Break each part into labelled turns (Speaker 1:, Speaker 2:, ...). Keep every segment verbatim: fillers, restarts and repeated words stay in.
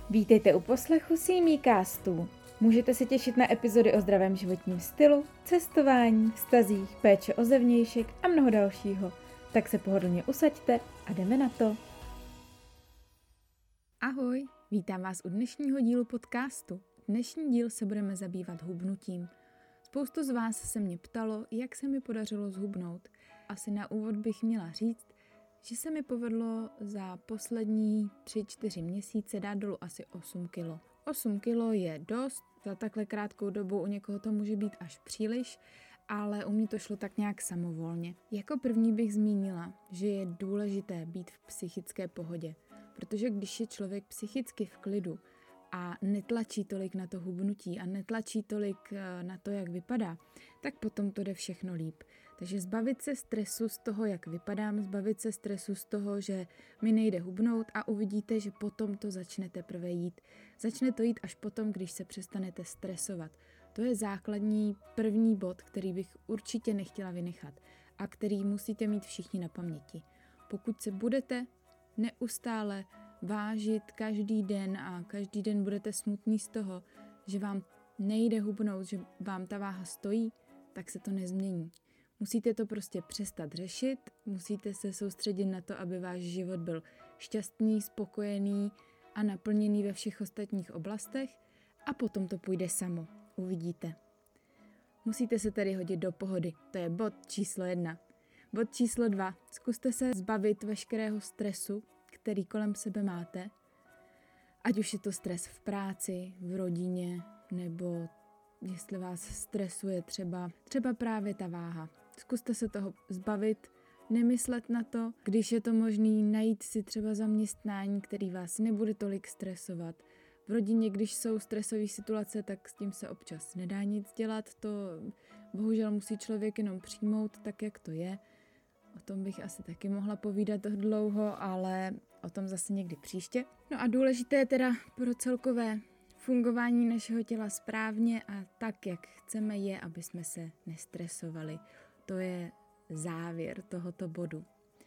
Speaker 1: Vítejte u poslechu Símícastu. Můžete se těšit na epizody o zdravém životním stylu, cestování, vztazích, péče o zevnějšek a mnoho dalšího. Tak se pohodlně usaďte a jdeme na to. Ahoj, vítám vás u dnešního dílu podcastu. Dnešní díl se budeme zabývat hubnutím. Spoustu z vás se mě ptalo, jak se mi podařilo zhubnout. Asi na úvod bych měla říct, že se mi povedlo za poslední tři čtyři měsíce dát dolů asi osm kilo. osm kilo je dost, za takhle krátkou dobu u někoho to může být až příliš, ale u mě to šlo tak nějak samovolně. Jako první bych zmínila, že je důležité být v psychické pohodě, protože když je člověk psychicky v klidu a netlačí tolik na to hubnutí a netlačí tolik na to, jak vypadá, tak potom to jde všechno líp. Takže zbavit se stresu z toho, jak vypadám, zbavit se stresu z toho, že mi nejde hubnout a uvidíte, že potom to začne teprve jít. Začne to jít až potom, když se přestanete stresovat. To je základní první bod, který bych určitě nechtěla vynechat a který musíte mít všichni na paměti. Pokud se budete neustále vážit každý den a každý den budete smutní z toho, že vám nejde hubnout, že vám ta váha stojí, tak se to nezmění. Musíte to prostě přestat řešit, musíte se soustředit na to, aby váš život byl šťastný, spokojený a naplněný ve všech ostatních oblastech a potom to půjde samo. Uvidíte. Musíte se tedy hodit do pohody. To je bod číslo jedna. Bod číslo dva. Zkuste se zbavit veškerého stresu, který kolem sebe máte. Ať už je to stres v práci, v rodině, nebo jestli vás stresuje třeba, třeba právě ta váha. Zkuste se toho zbavit, nemyslet na to, když je to možný, najít si třeba zaměstnání, který vás nebude tolik stresovat. V rodině, když jsou stresové situace, tak s tím se občas nedá nic dělat, to bohužel musí člověk jenom přijmout tak, jak to je. O tom bych asi taky mohla povídat dlouho, ale o tom zase někdy příště. No a důležité je teda pro celkové fungování našeho těla správně a tak, jak chceme, je, aby jsme se nestresovali. To je závěr tohoto bodu.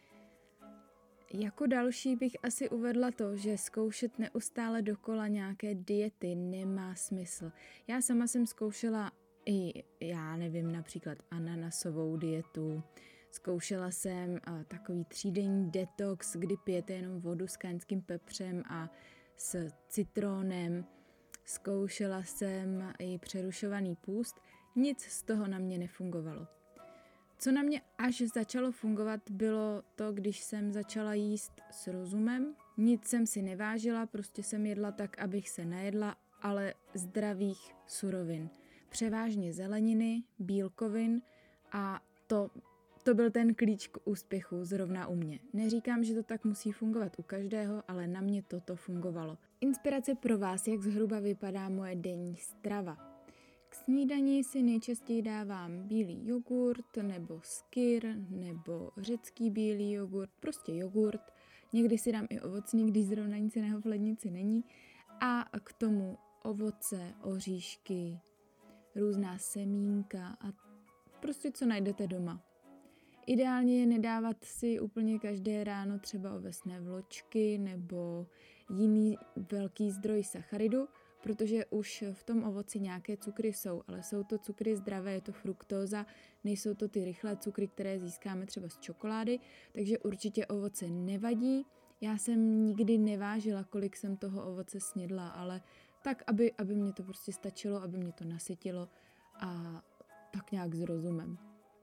Speaker 1: Jako další bych asi uvedla to, že zkoušet neustále dokola nějaké diety nemá smysl. Já sama jsem zkoušela i, já nevím, například ananasovou dietu, zkoušela jsem uh, takový třídenní detox, kdy pijete jenom vodu s kaňským pepřem a s citrónem. Zkoušela jsem i přerušovaný půst, nic z toho na mě nefungovalo. Co na mě až začalo fungovat, bylo to, když jsem začala jíst s rozumem. Nic jsem si nevážila, prostě jsem jedla tak, abych se najedla, ale zdravých surovin. Převážně zeleniny, bílkovin a to, to byl ten klíč k úspěchu zrovna u mě. Neříkám, že to tak musí fungovat u každého, ale na mě toto fungovalo. Inspirace pro vás, jak zhruba vypadá moje denní strava. K snídani si nejčastěji dávám bílý jogurt, nebo skyr, nebo řecký bílý jogurt, prostě jogurt. Někdy si dám i ovocný, když zrovna nic jiného v lednici není. A k tomu ovoce, oříšky, různá semínka a prostě co najdete doma. Ideálně je nedávat si úplně každé ráno třeba ovesné vločky nebo jiný velký zdroj sacharidu, protože už v tom ovoci nějaké cukry jsou, ale jsou to cukry zdravé, je to fruktóza, nejsou to ty rychlé cukry, které získáme třeba z čokolády, takže určitě ovoce nevadí. Já jsem nikdy nevážila, kolik jsem toho ovoce snědla, ale tak, aby, aby mě to prostě stačilo, aby mě to nasytilo a tak nějak s rozumem.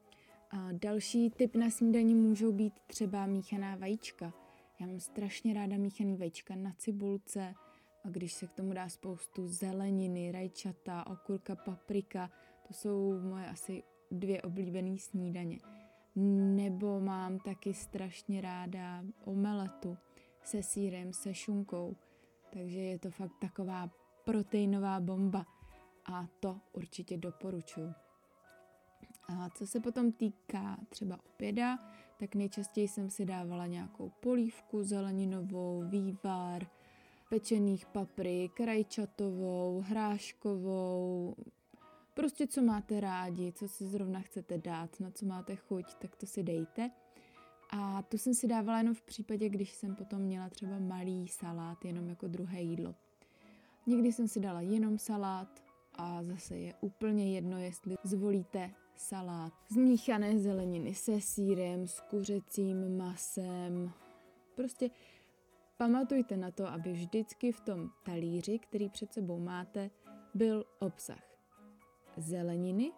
Speaker 1: A další typ na snídani můžou být třeba míchaná vajíčka. Já mám strašně ráda míchaný vajíčka na cibulce, a když se k tomu dá spoustu zeleniny, rajčata, okurka, paprika, to jsou moje asi dvě oblíbené snídaně. Nebo mám taky strašně ráda omeletu se sýrem, se šunkou, takže je to fakt taková proteinová bomba a to určitě doporučuji. A co se potom týká třeba oběda, tak nejčastěji jsem si dávala nějakou polívku zeleninovou, vývar, pečených paprik, rajčatovou, hráškovou, prostě co máte rádi, co si zrovna chcete dát, na co máte chuť, tak to si dejte. A tu jsem si dávala jenom v případě, když jsem potom měla třeba malý salát, jenom jako druhé jídlo. Někdy jsem si dala jenom salát a zase je úplně jedno, jestli zvolíte salát z míchané zeleniny se sýrem, s kuřecím masem. Prostě pamatujte na to, aby vždycky v tom talíři, který před sebou máte, byl obsah zeleniny,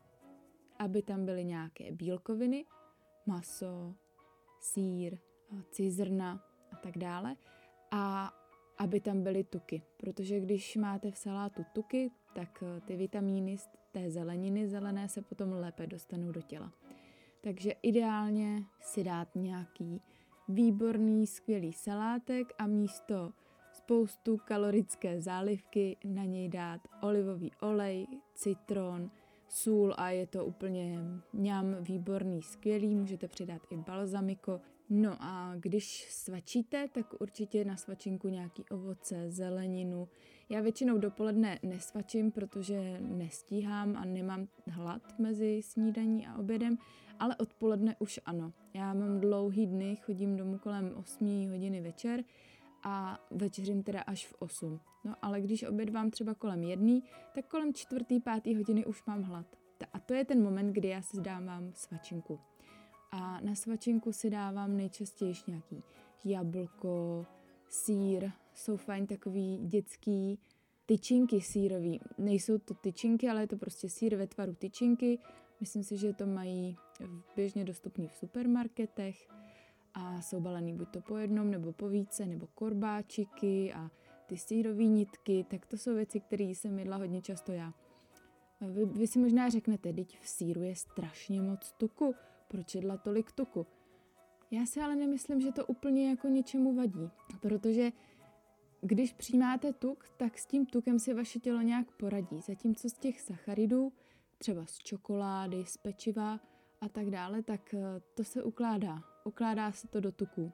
Speaker 1: aby tam byly nějaké bílkoviny, maso, sýr, cizrna a tak dále. A aby tam byly tuky, protože když máte v salátu tuky, tak ty vitamíny z té zeleniny zelené se potom lépe dostanou do těla. Takže ideálně si dát nějaký výborný, skvělý salátek a místo spoustu kalorické zálivky na něj dát olivový olej, citron, sůl a je to úplně ňam, výborný, skvělý, můžete přidat i balzamiko. No a když svačíte, tak určitě na svačinku nějaký ovoce, zeleninu. Já většinou dopoledne nesvačím, protože nestíhám a nemám hlad mezi snídaní a obědem, ale odpoledne už ano. Já mám dlouhý dny, chodím domů kolem osm hodiny večer a večeřím teda až v osm. No ale když obědvám třeba kolem jedný, tak kolem čtvrtý, pátý hodiny už mám hlad. A to je ten moment, kdy já si dávám svačinku. A na svačinku si dávám nejčastěji nějaký jablko, sýr, jsou fajn takový dětský tyčinky sýrový. Nejsou to tyčinky, ale je to prostě sýr ve tvaru tyčinky. Myslím si, že to mají běžně dostupný v supermarketech a jsou balený buď to po jednom, nebo po více, nebo korbáčiky a ty sýrové nitky, tak to jsou věci, které jsem jedla hodně často já. Vy, vy si možná řeknete, teď v sýru je strašně moc tuku, proč jedla tolik tuku? Já si ale nemyslím, že to úplně jako něčemu vadí, protože když přijímáte tuk, tak s tím tukem si vaše tělo nějak poradí, zatímco z těch sacharidů, třeba z čokolády, z pečiva a tak dále, tak to se ukládá, ukládá se to do tuku.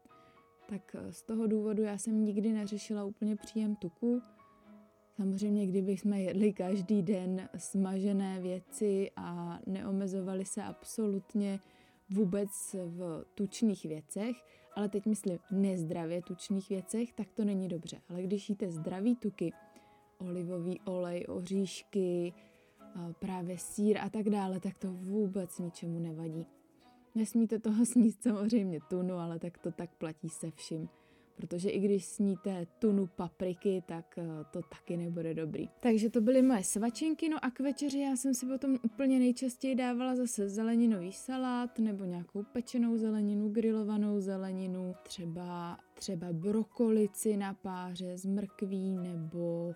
Speaker 1: Tak z toho důvodu já jsem nikdy neřešila úplně příjem tuku. Samozřejmě, kdybychom jedli každý den smažené věci a neomezovali se absolutně vůbec v tučných věcech, ale teď myslím nezdravě tučných věcech, tak to není dobře. Ale když jíte zdravý tuky, olivový olej, oříšky, právě sýr a tak dále, tak to vůbec ničemu nevadí. Nesmíte toho sníst samozřejmě tunu, ale tak to tak platí se vším. Protože i když sníte tunu papriky, tak to taky nebude dobrý. Takže to byly moje svačinky, no a k večeři já jsem si potom úplně nejčastěji dávala zase zeleninový salát nebo nějakou pečenou zeleninu, grilovanou zeleninu, třeba, třeba brokolici na páře z mrkví nebo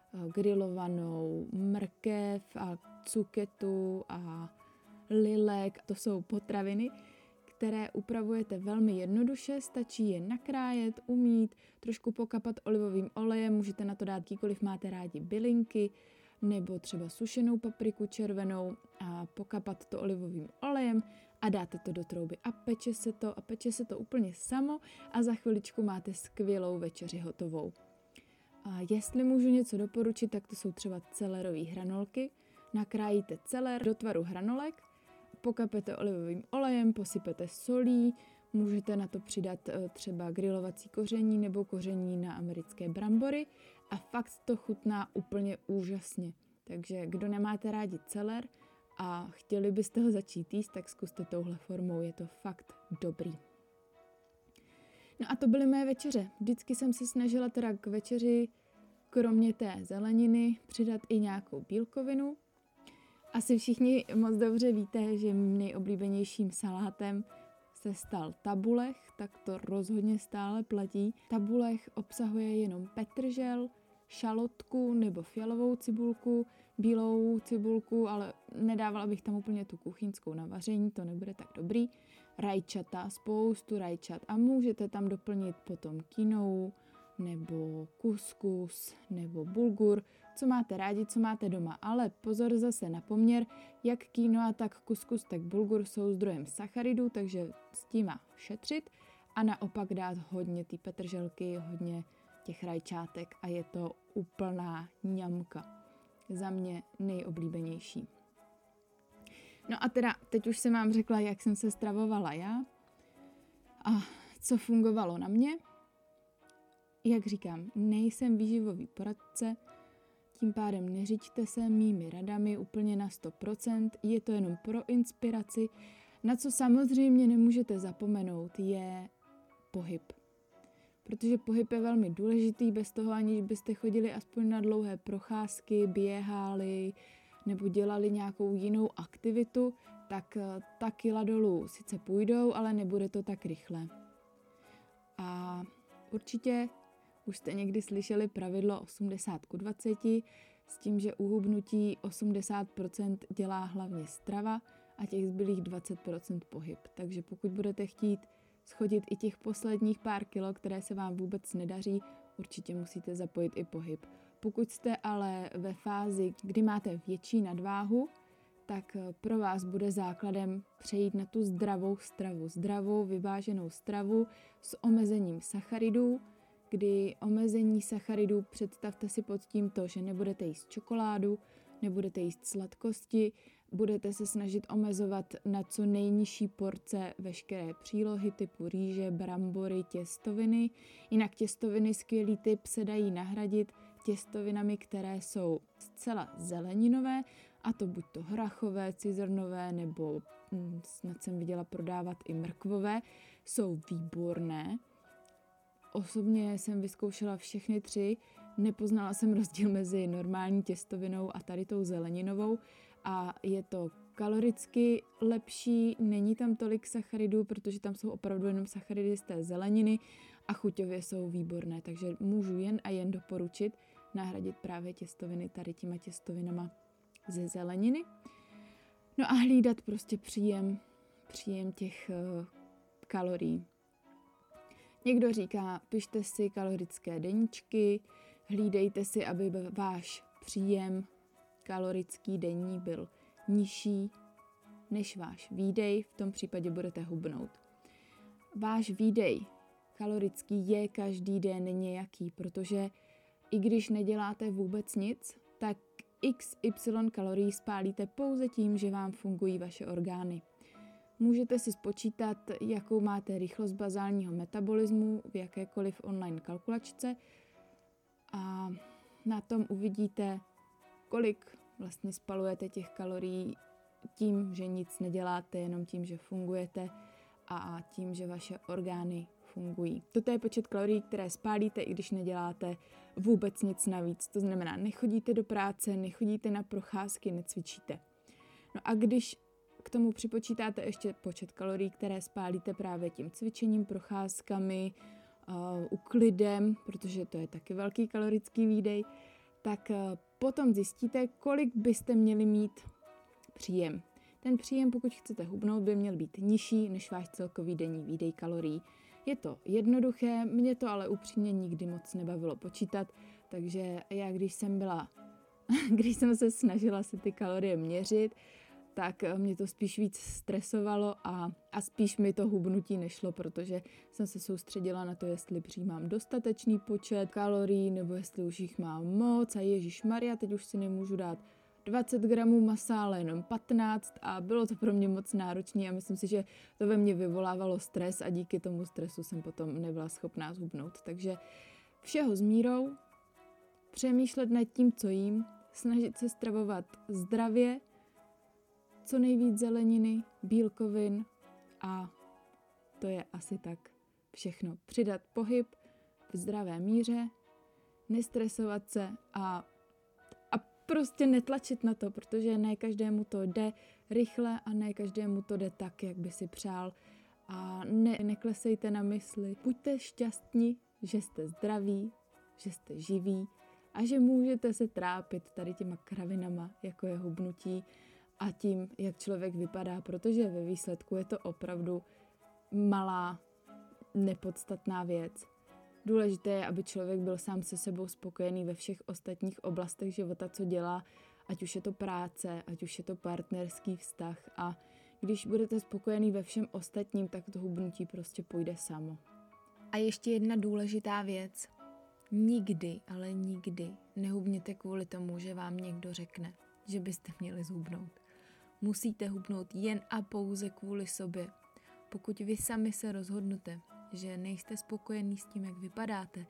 Speaker 1: grilovanou mrkev a cuketu a lilek. To jsou potraviny, které upravujete velmi jednoduše, stačí je nakrájet, umýt, trošku pokapat olivovým olejem, můžete na to dát jakýkoliv máte rádi bylinky, nebo třeba sušenou papriku červenou a pokapat to olivovým olejem a dáte to do trouby a peče se to a peče se to úplně samo a za chviličku máte skvělou večeři hotovou. A jestli můžu něco doporučit, tak to jsou třeba celerové hranolky. Nakrájíte celer do tvaru hranolek, pokapete olivovým olejem, posypete solí, můžete na to přidat třeba grilovací koření nebo koření na americké brambory a fakt to chutná úplně úžasně. Takže kdo nemáte rádi celer a chtěli byste ho začít jíst, tak zkuste touhle formou, je to fakt dobrý. No a to byly moje večeře. Vždycky jsem se snažila teda k večeři kromě té zeleniny přidat i nějakou bílkovinu. Asi všichni moc dobře víte, že nejoblíbenějším salátem se stal tabulech, tak to rozhodně stále platí. Tabulech obsahuje jenom petržel, šalotku nebo fialovou cibulku, bílou cibulku, ale nedávala bych tam úplně tu kuchyňskou na vaření, to nebude tak dobrý. Rajčata, spoustu rajčat a můžete tam doplnit potom kinou nebo kuskus nebo bulgur, co máte rádi, co máte doma. Ale pozor zase na poměr, jak quinoa, tak kuskus, tak bulgur jsou zdrojem sacharidů, takže s tím má šetřit a naopak dát hodně ty petrželky, hodně těch rajčátek a je to úplná ňamka. Za mě nejoblíbenější. No a teda, teď už jsem vám řekla, jak jsem se stravovala já a co fungovalo na mě. Jak říkám, nejsem výživový poradce, tím pádem neřiďte se mými radami úplně na sto procent, je to jenom pro inspiraci. Na co samozřejmě nemůžete zapomenout, je pohyb. Protože pohyb je velmi důležitý, bez toho aniž byste chodili aspoň na dlouhé procházky, běhali nebo dělali nějakou jinou aktivitu, tak ta kila dolů sice půjdou, ale nebude to tak rychle. A určitě už jste někdy slyšeli pravidlo osmdesát ku dvaceti s tím, že u hubnutí osmdesát procent dělá hlavně strava a těch zbylých dvacet procent pohyb. Takže pokud budete chtít schodit i těch posledních pár kilo, které se vám vůbec nedaří, určitě musíte zapojit i pohyb. Pokud jste ale ve fázi, kdy máte větší nadváhu, tak pro vás bude základem přejít na tu zdravou stravu. Zdravou, vyváženou stravu s omezením sacharidů, kdy omezení sacharidů představte si pod tím to, že nebudete jíst čokoládu, nebudete jíst sladkosti, budete se snažit omezovat na co nejnižší porce veškeré přílohy typu rýže, brambory, těstoviny. Jinak těstoviny, skvělý tip, se dají nahradit těstovinami, které jsou zcela zeleninové, a to buď to hrachové, cizrnové, nebo hm, snad jsem viděla prodávat i mrkvové, jsou výborné. Osobně jsem vyzkoušela všechny tři, nepoznala jsem rozdíl mezi normální těstovinou a tady tou zeleninovou a je to kaloricky lepší, není tam tolik sacharidů, protože tam jsou opravdu jenom sacharidy z té zeleniny a chuťově jsou výborné, takže můžu jen a jen doporučit nahradit právě těstoviny tady těma těstovinama ze zeleniny. No a hlídat prostě příjem, příjem těch uh, kalorií. Někdo říká, pište si kalorické deníčky, hlídejte si, aby váš příjem kalorický denní byl nižší než váš výdej, v tom případě budete hubnout. Váš výdej kalorický je každý den nějaký, protože i když neděláte vůbec nic, tak iks ypsilon kalorií spálíte pouze tím, že vám fungují vaše orgány. Můžete si spočítat, jakou máte rychlost bazálního metabolismu v jakékoliv online kalkulačce a na tom uvidíte, kolik vlastně spalujete těch kalorií tím, že nic neděláte, jenom tím, že fungujete a tím, že vaše orgány fungují. Toto je počet kalorií, které spálíte, i když neděláte vůbec nic navíc. To znamená, nechodíte do práce, nechodíte na procházky, necvičíte. No a když k tomu připočítáte ještě počet kalorií, které spálíte právě tím cvičením, procházkami, uh, uklidem, protože to je taky velký kalorický výdej, tak uh, potom zjistíte, kolik byste měli mít příjem. Ten příjem, pokud chcete hubnout, by měl být nižší než váš celkový denní výdej kalorií. Je to jednoduché, mě to ale upřímně nikdy moc nebavilo počítat, takže já když jsem byla, když jsem se snažila si ty kalorie měřit, tak mě to spíš víc stresovalo a, a spíš mi to hubnutí nešlo, protože jsem se soustředila na to, jestli přijímám dostatečný počet kalorií, nebo jestli už jich mám moc a ježišmarja, teď už si nemůžu dát dvacet gramů masa, ale jenom patnáct a bylo to pro mě moc náročné a myslím si, že to ve mně vyvolávalo stres a díky tomu stresu jsem potom nebyla schopná zhubnout. Takže všeho s mírou, přemýšlet nad tím, co jím, snažit se stravovat zdravě, co nejvíc zeleniny, bílkovin a to je asi tak všechno. Přidat pohyb v zdravé míře, nestresovat se a, a prostě netlačit na to, protože ne každému to jde rychle a ne každému to jde tak, jak by si přál. A ne, neklesejte na mysli. Buďte šťastní, že jste zdraví, že jste živí a že můžete se trápit tady těma kravinama, jako je hubnutí, a tím, jak člověk vypadá, protože ve výsledku je to opravdu malá, nepodstatná věc. Důležité je, aby člověk byl sám se sebou spokojený ve všech ostatních oblastech života, co dělá, ať už je to práce, ať už je to partnerský vztah a když budete spokojený ve všem ostatním, tak to hubnutí prostě půjde samo.
Speaker 2: A ještě jedna důležitá věc. Nikdy, ale nikdy nehubněte kvůli tomu, že vám někdo řekne, že byste měli zhubnout. Musíte hubnout jen a pouze kvůli sobě. Pokud vy sami se rozhodnete, že nejste spokojení s tím, jak vypadáte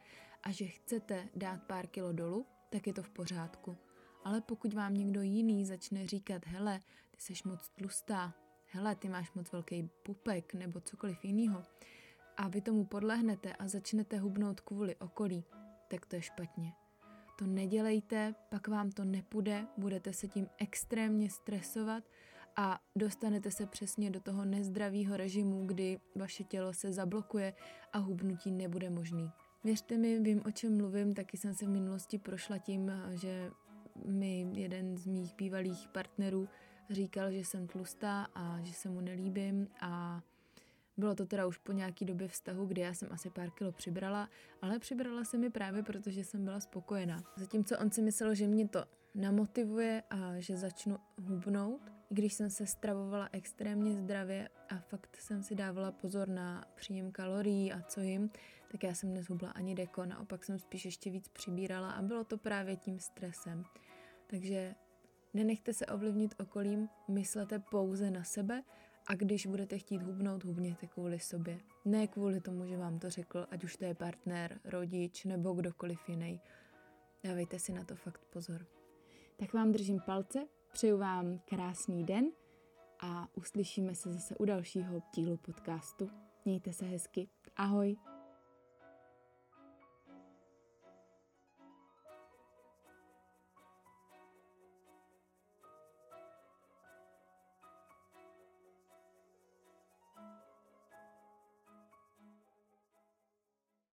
Speaker 2: a že chcete dát pár kilo dolů, tak je to v pořádku. Ale pokud vám někdo jiný začne říkat, hele, ty seš moc tlustá, hele, ty máš moc velký pupek nebo cokoliv jiného, a vy tomu podlehnete a začnete hubnout kvůli okolí, tak to je špatně. To nedělejte, pak vám to nepůjde, budete se tím extrémně stresovat a dostanete se přesně do toho nezdravého režimu, kdy vaše tělo se zablokuje a hubnutí nebude možný. Věřte mi, vím, o čem mluvím, taky jsem se v minulosti prošla tím, že mi jeden z mých bývalých partnerů říkal, že jsem tlustá a že se mu nelíbím a bylo to teda už po nějaký době vztahu, kdy já jsem asi pár kilo přibrala, ale přibrala se mi právě proto, že jsem byla spokojená. Zatímco on si myslel, že mě to namotivuje a že začnu hubnout, i když jsem se stravovala extrémně zdravě a fakt jsem si dávala pozor na příjem kalorií a co jim, tak já jsem nezhubla ani deko, naopak jsem spíš ještě víc přibírala a bylo to právě tím stresem. Takže nenechte se ovlivnit okolím, myslete pouze na sebe a když budete chtít hubnout, hubněte kvůli sobě. Ne kvůli tomu, že vám to řekl, ať už to je partner, rodič nebo kdokoliv jiný. Dávejte si na to fakt pozor.
Speaker 1: Tak vám držím palce, přeju vám krásný den a uslyšíme se zase u dalšího dílu podcastu. Mějte se hezky. Ahoj.